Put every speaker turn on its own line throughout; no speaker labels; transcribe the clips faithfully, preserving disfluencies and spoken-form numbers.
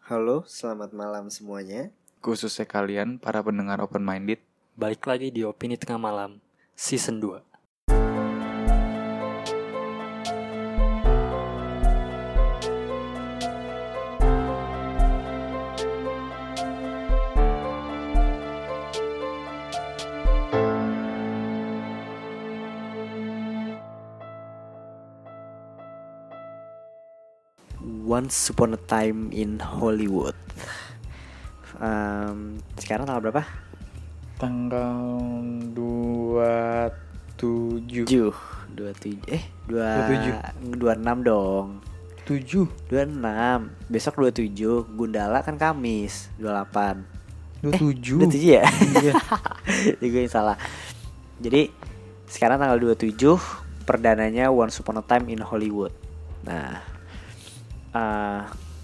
Halo, selamat malam semuanya.
Khususnya kalian, para pendengar open-minded.
Balik lagi di Opini Tengah Malam, Season dua.
Once Upon a Time in Hollywood. um, Sekarang tanggal berapa?
Tanggal dua puluh tujuh
tujuh dua puluh tujuh Eh dua
dua puluh tujuh.
dua puluh enam dong.
tujuh
dua puluh enam. Besok dua puluh tujuh. Gundala kan Kamis dua puluh delapan.
dua puluh tujuh
Eh, dua puluh tujuh ya?
Iya.
Jadi gue yang salah. Jadi sekarang tanggal dua puluh tujuh, perdananya Once Upon a Time in Hollywood. Nah, uh,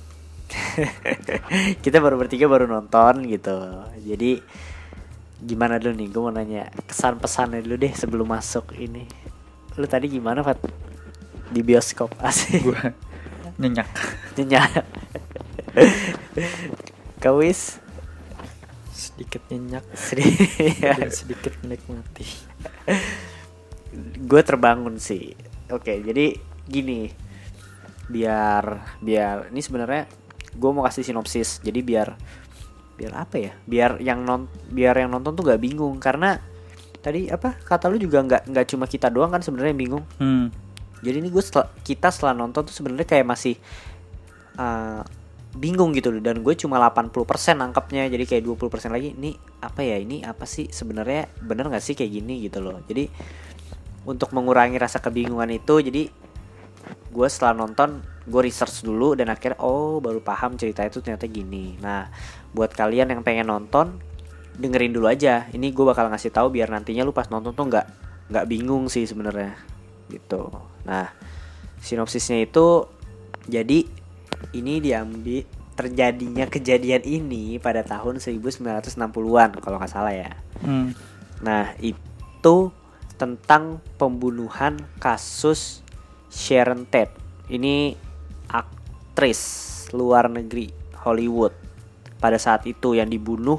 kita baru bertiga baru nonton gitu. Jadi gimana dulu nih? Gue mau nanya kesan pesannya dulu deh sebelum masuk ini. Lu tadi gimana, Fat? Di bioskop asik.
Gue nyenyak.
Nyenyak. Kawis
Sedikit nyenyak
sedih.
dan sedikit menikmati.
Gue terbangun sih. Oke, jadi gini. Biar biar ini sebenarnya gue mau kasih sinopsis. Jadi biar biar apa ya? Biar yang non biar yang nonton tuh gak bingung, karena tadi apa kata lu juga nggak nggak cuma kita doang kan sebenarnya yang bingung.
Hmm.
Jadi ini gue setel, kita setelah nonton tuh sebenarnya kayak masih uh, bingung gitu loh. Dan gue cuma delapan puluh persen nangkepnya. Jadi kayak dua puluh persen lagi ini apa ya, ini apa sih sebenarnya, bener gak sih kayak gini gitu loh. Jadi untuk mengurangi rasa kebingungan itu, jadi gue setelah nonton gue research dulu dan akhirnya oh baru paham cerita itu ternyata gini. Nah buat kalian yang pengen nonton, dengerin dulu aja. Ini gue bakal ngasih tahu biar nantinya lu pas nonton tuh nggak nggak bingung sih sebenarnya gitu. Nah sinopsisnya itu, jadi ini diambil terjadinya kejadian ini pada tahun seribu sembilan ratus enam puluhan kalau nggak salah ya.
Hmm.
Nah itu tentang pembunuhan kasus Sharon Tate. Ini aktris luar negeri Hollywood pada saat itu yang dibunuh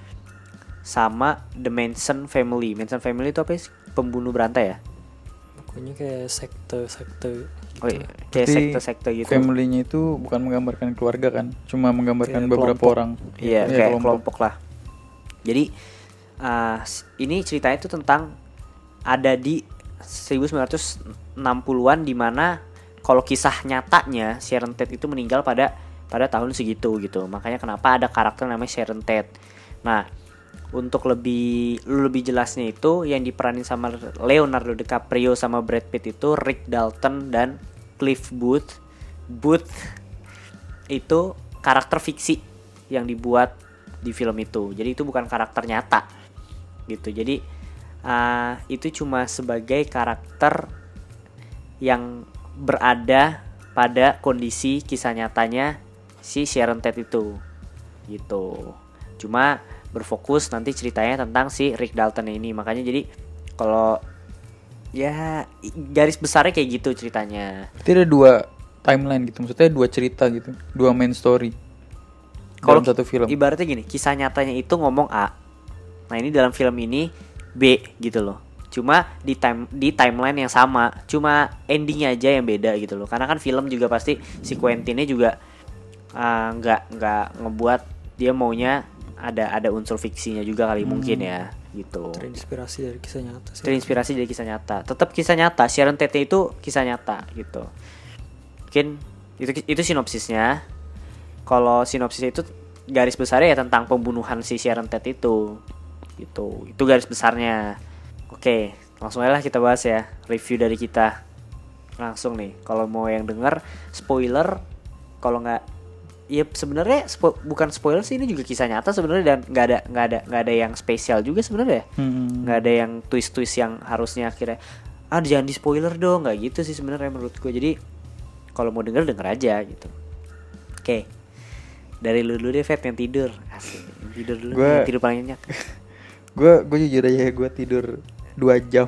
sama The Manson Family. Manson Family itu apa sih? Pembunuh berantai ya?
Pokoknya kayak sekte-sekte gitu.
Oh iya, kayak
Berarti
sekte-sekte gitu.
Family-nya itu bukan menggambarkan keluarga kan, cuma menggambarkan
Kayak
beberapa
kelompok.
orang.
Iya,
Iya,
kayak
kelompok.
kelompok lah. Jadi uh, ini ceritanya itu tentang ada di seribu sembilan ratus enam puluhan, di mana kalau kisah nyatanya Sharon Tate itu meninggal pada pada tahun segitu gitu. Makanya kenapa ada karakter namanya Sharon Tate. Nah, untuk lebih lebih jelasnya itu yang diperanin sama Leonardo DiCaprio sama Brad Pitt itu Rick Dalton dan Cliff Booth. Booth itu karakter fiksi yang dibuat di film itu. Jadi itu bukan karakter nyata gitu. Jadi uh, itu cuma sebagai karakter yang berada pada kondisi kisah nyatanya si Sharon Tate itu gitu. Cuma berfokus nanti ceritanya tentang si Rick Dalton ini. Makanya jadi kalau ya garis besarnya kayak gitu ceritanya.
Berarti ada dua timeline gitu, maksudnya dua cerita gitu, dua main story
Kalau
dalam satu film.
Ibaratnya gini, kisah nyatanya itu ngomong A. Nah ini dalam film ini B gitu loh. Cuma di time di timeline yang sama, cuma endingnya aja yang beda gitu loh. Karena kan film juga pasti si Quentin-nya juga uh, nggak nggak ngebuat dia maunya ada ada unsur fiksinya juga kali, hmm. mungkin ya gitu.
Terinspirasi dari kisah nyata sih.
Terinspirasi dari kisah nyata. Tetap kisah nyata. Sharon Tate itu kisah nyata gitu. Mungkin itu itu sinopsisnya. Kalau sinopsis itu garis besarnya ya tentang pembunuhan si Sharon Tate itu gitu. Itu garis besarnya. Oke, langsung aja lah kita bahas ya review dari kita. Langsung nih, kalau mau yang denger spoiler, kalau nggak, ya sebenarnya spo, bukan spoiler sih, ini juga kisah nyata sebenarnya, dan nggak ada nggak ada nggak ada yang spesial juga sebenarnya.
Hmm.
Nggak ada yang twist-twist yang harusnya akhirnya ah jangan di spoiler dong, nggak gitu sih sebenarnya menurut gue. Jadi kalau mau denger denger aja gitu. Oke, dari lu dulu deh, Fat, yang tidur. Asik, tidur dulu.
Gua...
Yang tidur paling nyenyak.
Gue gue jujur aja, gue tidur dua jam.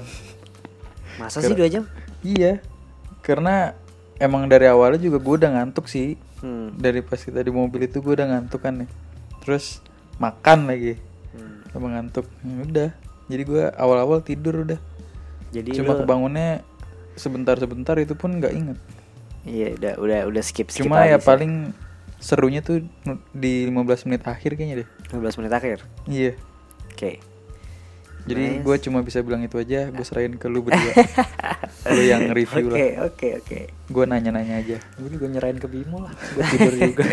Masa sih dua jam?
Iya, karena emang dari awalnya juga gue udah ngantuk sih.
Hmm.
Dari pas kita di mobil itu gue udah ngantuk kan nih. Terus makan lagi.
Hmm.
Sama ngantuk. Ya udah. Jadi gue awal-awal tidur udah.
Jadi
Cuma
lu-
kebangunnya sebentar-sebentar itu pun nggak inget.
Iya, udah udah udah skip skip
Cuma ya
aja sih.
paling serunya tuh di lima belas menit akhir kayaknya deh.
lima belas menit akhir.
Iya.
Oke.
Jadi
Nice.
gue cuma bisa bilang itu aja. Gue serahin ke lu berdua. Lu yang review
Oke,
lah.
oke, oke.
Gue nanya-nanya aja.
Gue juga nyerahin ke Bimo lah. Gue tidur juga.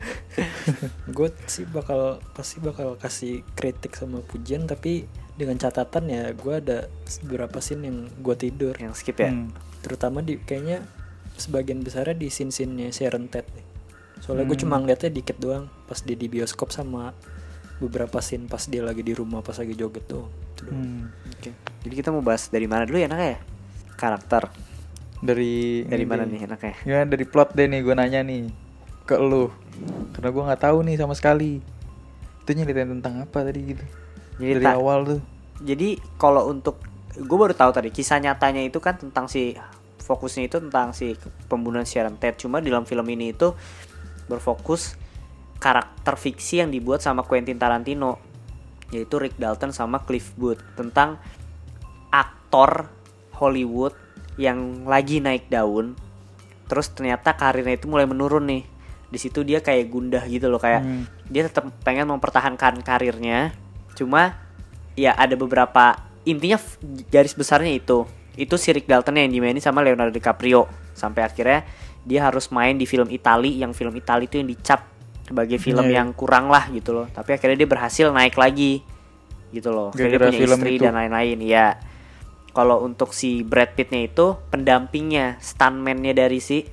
Gue sih bakal pasti bakal kasih kritik sama pujian, tapi dengan catatan ya gue ada beberapa scene yang gue tidur.
Yang skip ya.
Hmm.
Terutama di kayaknya sebagian besarnya di scene-scene-nya Sharon Tate nih. Soalnya gue
Hmm.
cuma ngeliatnya dikit doang pas dia di bioskop, sama beberapa scene pas dia lagi di rumah pas lagi joget doang. Itu doang.
Hmm.
Oke. Jadi kita mau bahas dari mana dulu ya enaknya ya? Karakter.
Dari
Dari
ini
mana
deh.
nih enaknya?
Ya dari plot deh nih gue nanya nih ke lu. Karena gue nggak tahu nih sama sekali. Itu nyeritain tentang apa tadi gitu.
Jadi
Dari
ta-
awal tuh.
Jadi kalau untuk gue baru tahu tadi kisah nyatanya itu kan tentang si fokusnya itu tentang si pembunuhan Sharon Tate. Cuma di dalam film ini itu berfokus karakter fiksi yang dibuat sama Quentin Tarantino, yaitu Rick Dalton sama Cliff Booth, tentang aktor Hollywood yang lagi naik daun. Terus ternyata karirnya itu mulai menurun nih. Di situ dia kayak gundah gitu loh, kayak
Hmm.
dia tetap pengen mempertahankan karirnya. Cuma ya ada beberapa, intinya f- garis besarnya itu. Itu si Rick Dalton yang dimainin sama Leonardo DiCaprio. Sampai akhirnya dia harus main di film Itali, yang film Itali itu yang dicap sebagai film
Iya, iya.
yang kurang lah gitu loh. Tapi akhirnya dia berhasil naik lagi gitu loh. Akhirnya dia
Gara-gara
punya
film
istri
itu.
dan lain-lain. Ya. Kalau untuk si Brad Pitt-nya itu pendampingnya, stuntman-nya dari si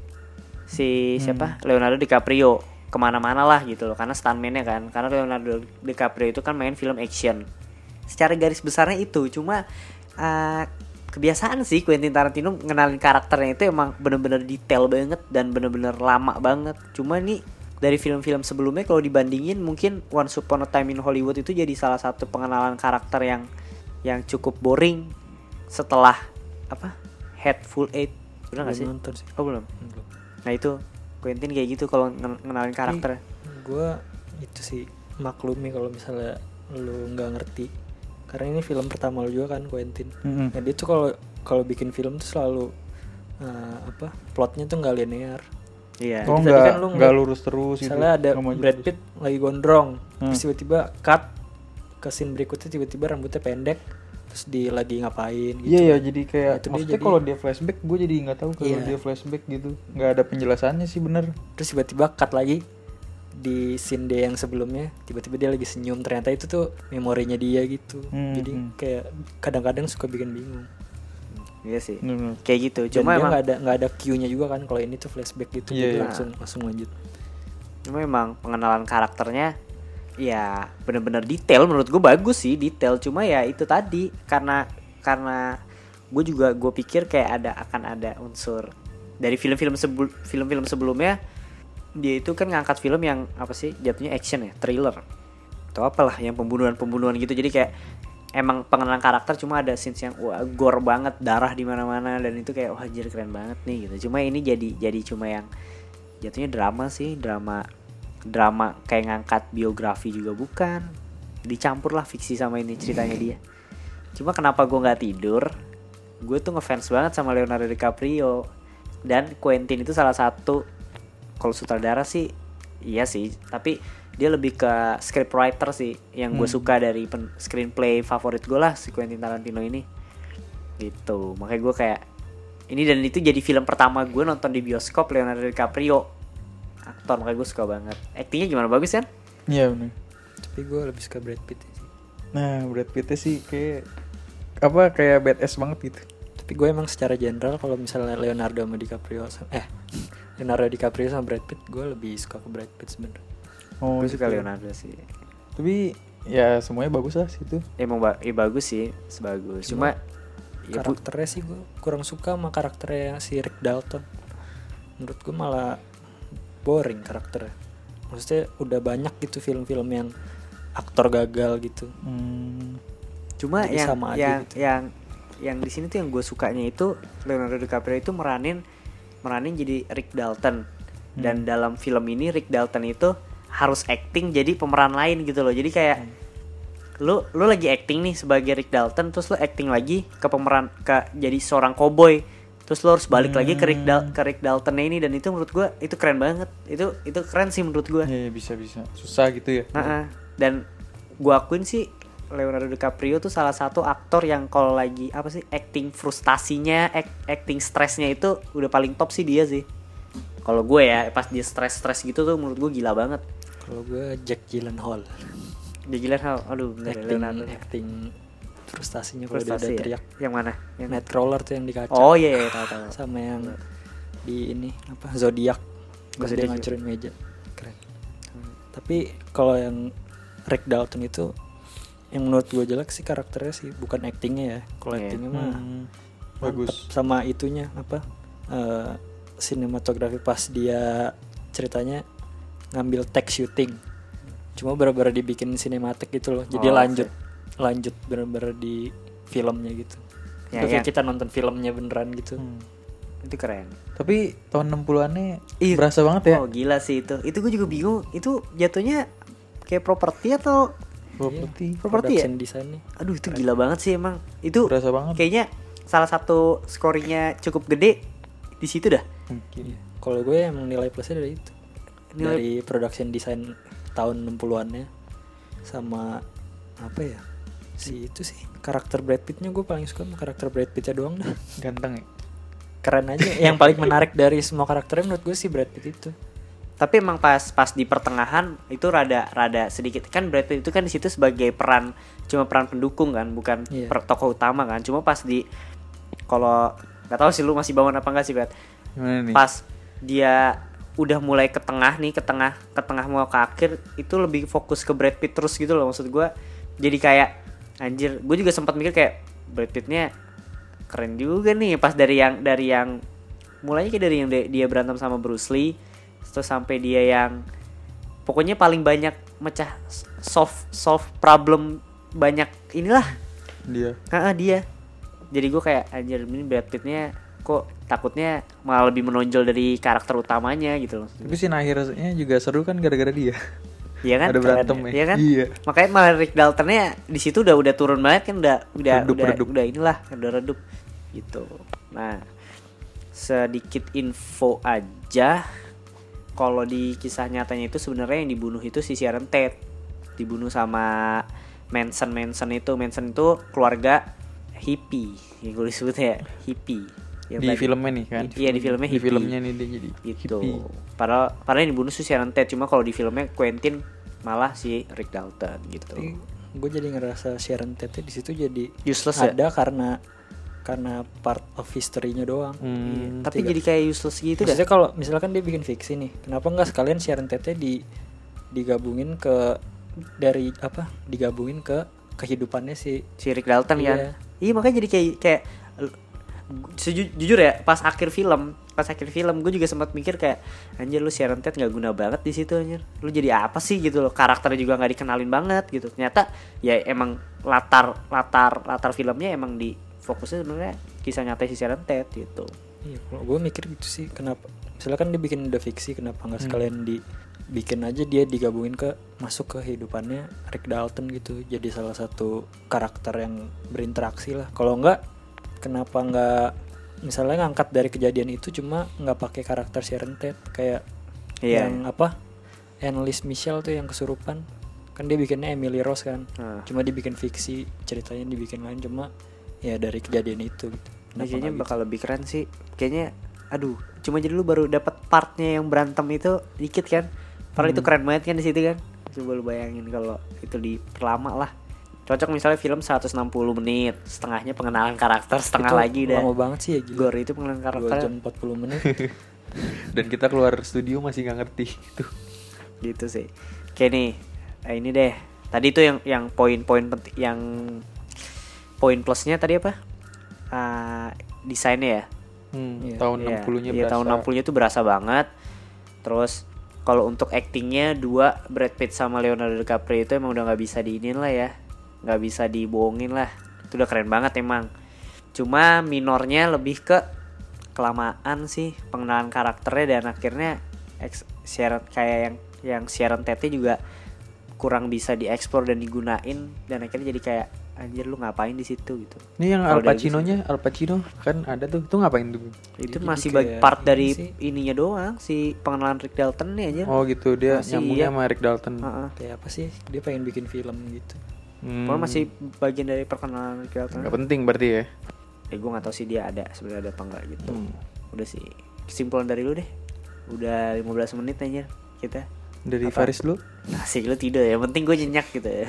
si
Hmm.
siapa? Leonardo DiCaprio, kemana-mana lah gitu loh, karena stuntman-nya kan. Karena Leonardo DiCaprio itu kan main film action. Secara garis besarnya itu, cuma uh, kebiasaan sih Quentin Tarantino ngenalin karakternya itu emang bener-bener detail banget dan bener-bener lama banget. Cuma nih dari film-film sebelumnya kalau dibandingin, mungkin Once Upon a Time in Hollywood itu jadi salah satu pengenalan karakter yang yang cukup boring setelah apa? Hateful Eight. Bener gak sih?
Belum nonton sih.
Oh belum.
Belum.
Nah itu Quentin kayak gitu kalau ngen- ngenalin karakter.
Gue itu sih maklumi kalau misalnya lu nggak ngerti, karena ini film pertama lu juga kan, Quentin.
Mm-mm.
Nah dia tuh kalau kalau bikin film tuh selalu uh, apa plotnya tuh nggak linear.
Iya.
Oh
Tadi
nggak
kan lu
nggak
ngeliat-
lurus terus gitu.
Misalnya ada
Nggak maju
Brad
terus.
Pitt lagi gondrong,
Hmm.
terus tiba-tiba cut ke scene berikutnya, tiba-tiba rambutnya pendek, terus dia lagi ngapain gitu.
Iya ya, jadi kayak
Itu dia
maksudnya
jadi-
kalau dia flashback gue jadi nggak tahu kalau
Iya.
dia flashback gitu, nggak ada penjelasannya sih bener.
Terus tiba-tiba cut lagi di scene dia yang sebelumnya, tiba-tiba dia lagi senyum, ternyata itu tuh memorinya dia gitu.
Hmm,
Jadi
hmm.
kayak kadang-kadang suka bikin bingung.
Iya sih.
Bener-bener.
Kayak gitu.
Dan
Cuma
dia
emang
nggak ada nggak ada cue-nya juga kan, kalau ini tuh flashback gitu,
Iya,
jadi
iya.
langsung langsung lanjut.
Cuma emang pengenalan karakternya ya bener-bener detail, menurut gue bagus sih detail. Cuma ya itu tadi, karena karena gue juga gue pikir kayak ada akan ada unsur dari film-film sebul- film-film sebelumnya. Dia itu kan ngangkat film yang apa sih jatuhnya action ya, thriller atau apalah, yang pembunuhan-pembunuhan gitu. Jadi kayak emang pengenalan karakter, cuma ada scenes yang wah gore banget, darah di mana-mana, dan itu kayak wah anjir keren banget nih gitu. Cuma ini jadi jadi cuma yang jatuhnya drama sih, drama drama kayak ngangkat biografi juga bukan, dicampur lah fiksi sama ini ceritanya dia. Cuma kenapa gue nggak tidur, gue tuh ngefans banget sama Leonardo DiCaprio, dan Quentin itu salah satu, kalau sutradara sih iya sih, tapi dia lebih ke scriptwriter sih yang gue
Hmm.
suka dari pen- screenplay favorit gue lah si Quentin Tarantino ini gitu. Makanya gue kayak ini, dan itu jadi film pertama gue nonton di bioskop Leonardo DiCaprio, aktor, makanya gue suka banget. Aktingnya gimana, bagus kan?
Iya bener.
Tapi gue lebih suka Brad Pitt sih.
Nah Brad Pitt sih kayak apa kayak badass banget gitu.
Tapi gue emang secara general kalau misalnya Leonardo sama DiCaprio sama, eh Leonardo DiCaprio sama Brad Pitt, gue lebih suka ke Brad Pitt sebenernya.
Oh
Gue suka
gitu.
Leonardo sih.
Tapi ya semuanya bagus lah situ.
Emang ba- eh, bagus sih, sebagus. Cuma ya bu-
Karakternya sih gue kurang suka sama karakternya si Rick Dalton. Menurut gue malah boring karakternya. Maksudnya udah banyak gitu film-film yang aktor gagal gitu.
Hmm.
cuma
Jadi
yang
sama aja
yang
gitu.
yang yang di sini tuh yang gue sukanya itu Leonardo DiCaprio itu meranin meranin jadi Rick Dalton. Dan dalam film ini Rick Dalton itu harus acting jadi pemeran lain gitu loh. Jadi kayak hmm. lu lu lagi acting nih sebagai Rick Dalton, terus lu acting lagi ke pemeran ke jadi seorang cowboy. Terus lu harus balik hmm. lagi ke Rick Dal ke Rick Dalton ini, dan itu menurut gua itu keren banget. Itu itu keren sih menurut gua.
Iya, bisa bisa. Susah gitu ya.
Nah, dan gua akuin sih Leonardo DiCaprio tuh salah satu aktor yang kalau lagi apa sih acting frustasinya, act, acting stresnya itu udah paling top sih dia sih. Kalau gue ya pas dia stres-stres gitu tuh menurut gue gila banget.
Kalau gue Jack Gyllenhaal.
Jack Gyllenhaal, aduh bener
acting,
Leonardo.
Acting frustasinya kalau dia
Frustasi
udah
ya?
teriak.
Yang mana? Yang
Nightcrawler tuh yang di kaca.
Oh iya, iya tahu-tahu.
Sama yang di ini apa Zodiac. Pas dia ngancurin meja. Keren. Hmm. Tapi kalau yang Rick Dalton itu yang menurut gue jelek sih karakternya sih, bukan actingnya ya. Kalau yeah. actingnya mah
hmm. bagus.
Sama itunya apa? Uh, sinematografi pas dia ceritanya ngambil take shooting. Cuma bener-bener dibikin sinematik gitu loh. Jadi oh, lanjut okay. lanjut bener-bener di filmnya gitu. Ya, kayak kita nonton filmnya beneran gitu.
Hmm. Itu keren.
Tapi tahun enam puluhan-nya Ih, berasa banget ya.
Oh gila sih itu. Itu gue juga bingung. Itu jatuhnya kayak properti atau
properti?
Iya,
properti ya?
Desainnya.
Aduh itu gila banget sih emang. Itu
berasa banget.
Kayaknya salah satu scoringnya cukup gede di situ dah.
Mungkin.
Kalau gue emang nilai plusnya dari itu. Nilai... Dari production design tahun enam puluhan-nya sama apa ya? Si itu sih karakter Brad Pitt-nya gue paling suka sama karakter Brad Pitt-nya doang dah.
Ganteng ya?
Keren aja. Yang paling menarik dari semua karakternya menurut gue sih Brad Pitt itu.
Tapi emang pas pas di pertengahan itu rada rada sedikit kan Brad Pitt itu kan di situ sebagai peran cuma peran pendukung kan, bukan yeah. per, tokoh utama kan. Cuma pas di kalau nggak tahu sih lu masih bangun apa enggak sih Brad. Pas dia udah mulai ke tengah nih, ke tengah ke tengah mau ke akhir itu lebih fokus ke Brad Pitt terus gitu loh, maksud gue. Jadi kayak anjir, gue juga sempat mikir kayak Brad Pitt-nya keren juga nih pas dari yang dari yang mulainya kayak dari yang dia berantem sama Bruce Lee terus sampai dia yang pokoknya paling banyak mecah solve solve problem banyak inilah
dia.
Heeh, dia. Jadi gue kayak anjir ini Brad Pitt-nya kok takutnya malah lebih menonjol dari karakter utamanya gitu loh.
Tapi scene akhirnya juga seru kan gara-gara dia.
Iya kan?
Ada berantem ya.
Iya kan?
Iya.
Makanya malah Rick Dalton-nya di situ udah udah turun banget kan, udah udah
redup,
udah,
redup.
udah inilah udah redup gitu. Nah, sedikit info aja. Kalau di kisah nyatanya itu sebenarnya yang dibunuh itu si Sharon Tate. Dibunuh sama Manson. Manson itu Manson itu keluarga hippie. Yang gue disebut ya hippie. Yang
di
tadi,
filmnya nih kan?
Iya di filmnya hippie.
Di filmnya nih dia jadi
gitu.
hippie.
Padahal padahal yang dibunuh si Sharon Tate, cuma kalau di filmnya Quentin malah si Rick Dalton gitu.
Tapi gue jadi ngerasa Sharon Tate di situ jadi
useless
ada
ya?
karena karena part of history-nya doang.
Hmm.
Iya, tapi jadi kayak useless gitu dah.
Maksudnya kalau misalkan dia bikin fiksi nih, kenapa nggak sekalian Sharon Tate di digabungin ke dari apa? Digabungin ke kehidupannya si
si Rick Dalton
iya.
kan. Iya makanya jadi kayak kayak Seju, jujur ya pas akhir film pas akhir film gue juga sempat mikir kayak anjir lu Sharon Tate nggak guna banget di situ anjir, lu jadi apa sih gitu loh, karakternya juga nggak dikenalin banget gitu. Ternyata ya emang latar latar latar filmnya emang di fokusnya sebenarnya kisah nyata si Sharon Tate gitu.
Iya, kalau gue mikir gitu sih, kenapa misalnya kan dia bikin udah fiksi, kenapa nggak sekalian hmm. dibikin aja dia digabungin ke masuk ke kehidupannya Rick Dalton gitu, jadi salah satu karakter yang berinteraksi lah. Kalau nggak kenapa nggak misalnya ngangkat dari kejadian itu cuma nggak pakai karakter Sharon Tate kayak yeah. yang apa Annalise Michelle tuh yang kesurupan kan, dia bikinnya Emily Rose kan, hmm. cuma dibikin fiksi, ceritanya dibikin lain, cuma ya dari kejadian itu gitu.
Nah, kayaknya bakal gitu? Lebih keren sih kayaknya. Aduh, cuma jadi lu baru dapat partnya yang berantem itu dikit kan, padahal hmm. itu keren banget kan di situ kan. Coba lu bayangin kalau itu diperlama lah. Cocok misalnya film seratus enam puluh menit, setengahnya pengenalan karakter, setengah
itu
lagi dah.
Lama banget sih ya gila.
Gore itu pengenalan karakter
dua jam empat puluh menit.
Dan kita keluar studio masih gak ngerti itu.
Gitu sih. Oke nih, eh, ini deh. Tadi tuh yang yang poin-poin penting, yang poin plusnya tadi apa? Uh, desainnya ya.
Hmm, iya. Tahun enam puluh-nya
iya,
berasa.
Tahun enam puluh-nya tuh berasa banget. Terus kalau untuk actingnya dua, Brad Pitt sama Leonardo DiCaprio itu emang udah nggak bisa diinin lah ya. Nggak bisa dibohongin lah, itu udah keren banget emang. Cuma minornya lebih ke kelamaan sih pengenalan karakternya, dan akhirnya Ex- Sharon kayak yang yang Sharon Tate juga kurang bisa dieksplor dan digunain, dan akhirnya jadi kayak anjir lu ngapain di situ gitu.
Ini yang
Kalau
Al
dari
Pacino-nya, Al Pacino kan ada tuh. Itu ngapain tuh?
Itu
Jadi
masih
kayak
bagi part
ini
dari
sih.
ininya doang, si pengenalan Rick Dalton nih aja.
Oh gitu, dia
Masih,
nyambungnya
iya.
sama Rick Dalton.
Heeh.
Kayak apa sih? Dia pengen bikin film gitu.
Hmm.
Pokoknya masih bagian dari perkenalan Rick Dalton.
Nggak penting berarti ya.
Eh gue nggak tahu sih dia ada sebenarnya ada apa enggak gitu.
Hmm.
Udah sih. Kesimpulan dari lu deh. Udah lima belas menit aja kita.
Dari
Apa?
Faris dulu.
Asik lu tidur ya. Yang penting gue nyenyak gitu ya.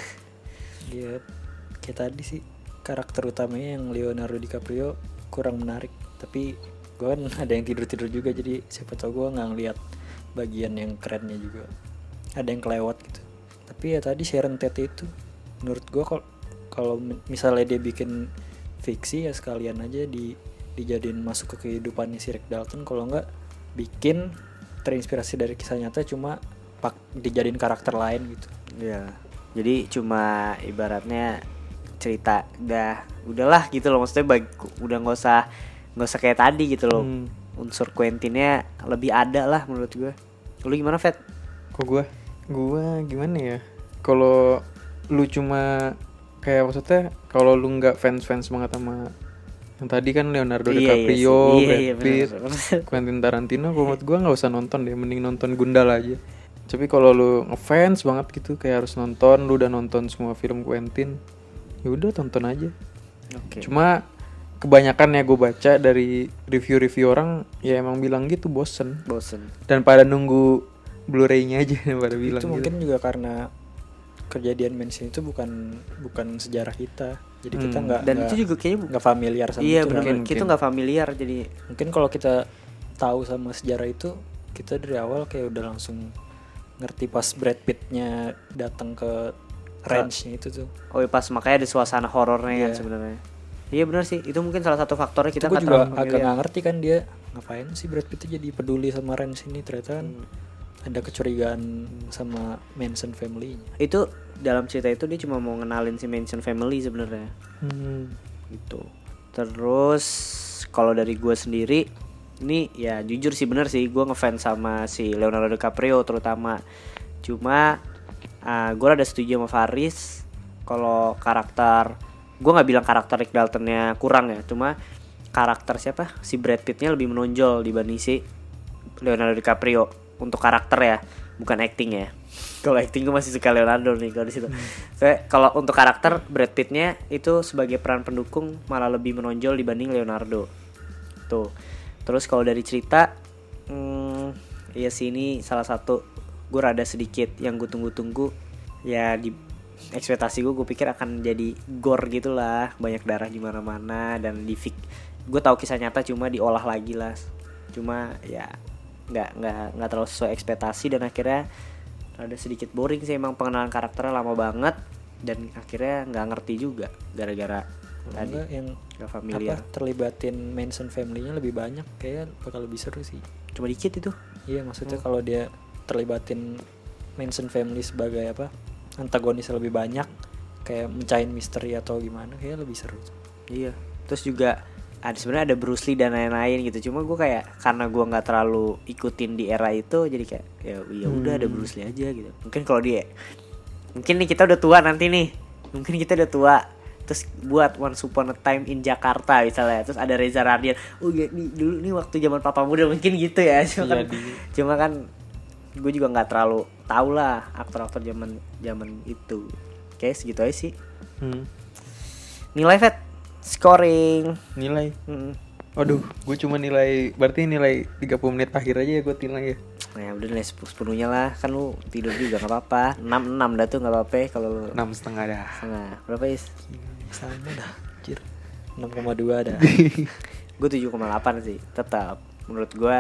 Dia kayak tadi sih, karakter utamanya yang Leonardo DiCaprio kurang menarik. Tapi gue kan ada yang tidur-tidur juga, jadi siapa tau gue nggak ngeliat bagian yang kerennya juga. Ada yang kelewat gitu. Tapi ya tadi Sharon Tate itu menurut gue kalau kalau misalnya dia bikin fiksi ya sekalian aja di dijadiin masuk ke kehidupannya si Rick Dalton. Kalau nggak bikin terinspirasi dari kisah nyata cuma pak dijadiin karakter lain gitu.
Ya. Jadi cuma ibaratnya cerita udah udahlah gitu loh, maksudnya bagi, udah nggak usah nggak usah kayak tadi gitu loh.
Hmm.
Unsur Quentinnya lebih ada lah menurut gue. Lu gimana, Fet?
Kok gua? Gua gimana ya? Kalau lu cuma kayak maksudnya kalau lu nggak fans-fans banget sama yang tadi kan Leonardo
Iya, iya
DiCaprio,
sih. Iya,
Brad
iya, bener,
Pitt,
bener.
Quentin Tarantino, kalau menurut gua nggak usah nonton deh, mending nonton Gundala aja. Tapi kalau lu ngefans banget gitu kayak harus nonton, lu udah nonton semua film Quentin, ya udah tonton aja.
Oke.
Cuma kebanyakan ya gue baca dari review-review orang ya emang bilang gitu bosen,
Bosen.
dan pada nunggu Blu-ray-nya aja pada bilang
Itu
gitu.
mungkin juga karena kejadian Manson itu bukan bukan sejarah kita. Jadi kita
Hmm.
nggak
Dan
nggak-
itu juga kayaknya
nggak familiar sama
iya
itu.
benar.
mungkin,
Kita
mungkin.
nggak familiar jadi
Mungkin kalau kita tahu sama sejarah itu, kita dari awal kayak udah langsung ngerti pas Brad Pitt-nya datang ke ranch-nya itu tuh.
oh iya, pas makanya ada suasana horornya kan
Iya.
sebenarnya. Iya benar sih. Itu mungkin salah satu faktornya kita
Itu gue
nggak
juga
terlalu
agak
familiar.
nggak ngerti kan dia ngapain sih Brad Pitt tuh jadi peduli sama ranch ini, ternyata kan
Hmm.
ada kecurigaan sama Manson family-nya.
Itu dalam cerita itu dia cuma mau ngenalin si Manson family sebenarnya.
Hmm.
Gitu. Terus kalau dari gue sendiri, ini ya jujur sih bener sih gue ngefans sama si Leonardo DiCaprio terutama. Cuma uh, gue rada setuju sama Faris kalau karakter, gue nggak bilang karakter Rick Daltonnya kurang ya, cuma karakter siapa si Brad Pittnya lebih menonjol dibanding si Leonardo DiCaprio untuk karakter ya, bukan acting ya. Kalau acting gue masih suka Leonardo nih kalau di situ. Saya kalau untuk karakter Brad Pittnya itu sebagai peran pendukung malah lebih menonjol dibanding Leonardo. Tuh. Terus kalau dari cerita, hmm, ya sih ini salah satu gue rada sedikit yang gue tunggu-tunggu ya di ekspektasi gue gue pikir akan jadi gore gitulah, banyak darah di mana-mana dan di fik gue tahu kisah nyata cuma diolah lagi lah, cuma ya nggak nggak nggak terlalu sesuai ekspektasi dan akhirnya rada sedikit boring sih, emang pengenalan karakternya lama banget dan akhirnya nggak ngerti juga gara-gara tadi
Enggak yang
nggak familiar.
apa terlibatin Manson family-nya lebih banyak, kayak bakal lebih seru sih.
Cuma dikit itu.
Iya maksudnya
Hmm.
kalau dia terlibatin Manson family sebagai apa antagonisnya lebih banyak, kayak mencahin misteri atau gimana, kayak lebih seru.
Iya. Terus juga ada sebenarnya ada Bruce Lee dan lain-lain gitu. Cuma gue kayak karena gue nggak terlalu ikutin di era itu, jadi kayak ya ya udah ada Bruce Lee aja gitu. Mungkin kalau dia, mungkin nih kita udah tua nanti nih. Mungkin kita udah tua. Terus buat Once Upon a Time in Jakarta misalnya. Terus ada Reza Radian. Oh ya, nih dulu nih waktu zaman papa muda mungkin gitu ya. Cuma kan, cuma kan gue juga nggak terlalu tahu lah aktor-aktor zaman zaman itu. Kayak segitu aja sih.
Hmm.
Nilai Fet, scoring.
Nilai.
Hmm.
Waduh, gue cuma nilai, berarti nilai tiga puluh menit akhir aja ya gue nilai ya.
Nah ya udah nilai sepenuhnya lah, kan lu tidur juga nggak apa-apa. enam enam dah tuh nggak apa-apa kalau lu
Enam setengah dah.
setengah. Berapa is?
Sama dah, anjir. enam koma dua ada.
Gue tujuh koma delapan sih. Tetap menurut gue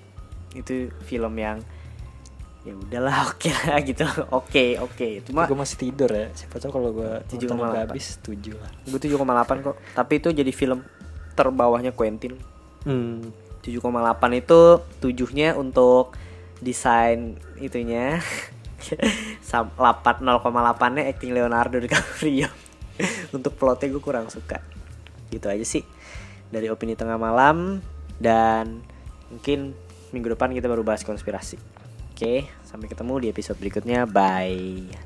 itu film yang ya udahlah oke lah gitu. Oke oke. Cuma
Gue masih tidur ya. Siapa tahu kalau gue
tujuh
nonton
koma
sampai
delapan.
habis tujuh lah.
gue tujuh koma delapan kok. Tapi itu jadi film terbawahnya Quentin.
Hmm.
tujuh koma delapan itu tujuhnya untuk desain itunya. Sam delapan nol koma delapan-nya acting Leonardo DiCaprio. Untuk plotnya gue kurang suka. Gitu aja sih dari opini tengah malam, dan mungkin minggu depan kita baru bahas konspirasi. Oke, sampai ketemu di episode berikutnya. Bye.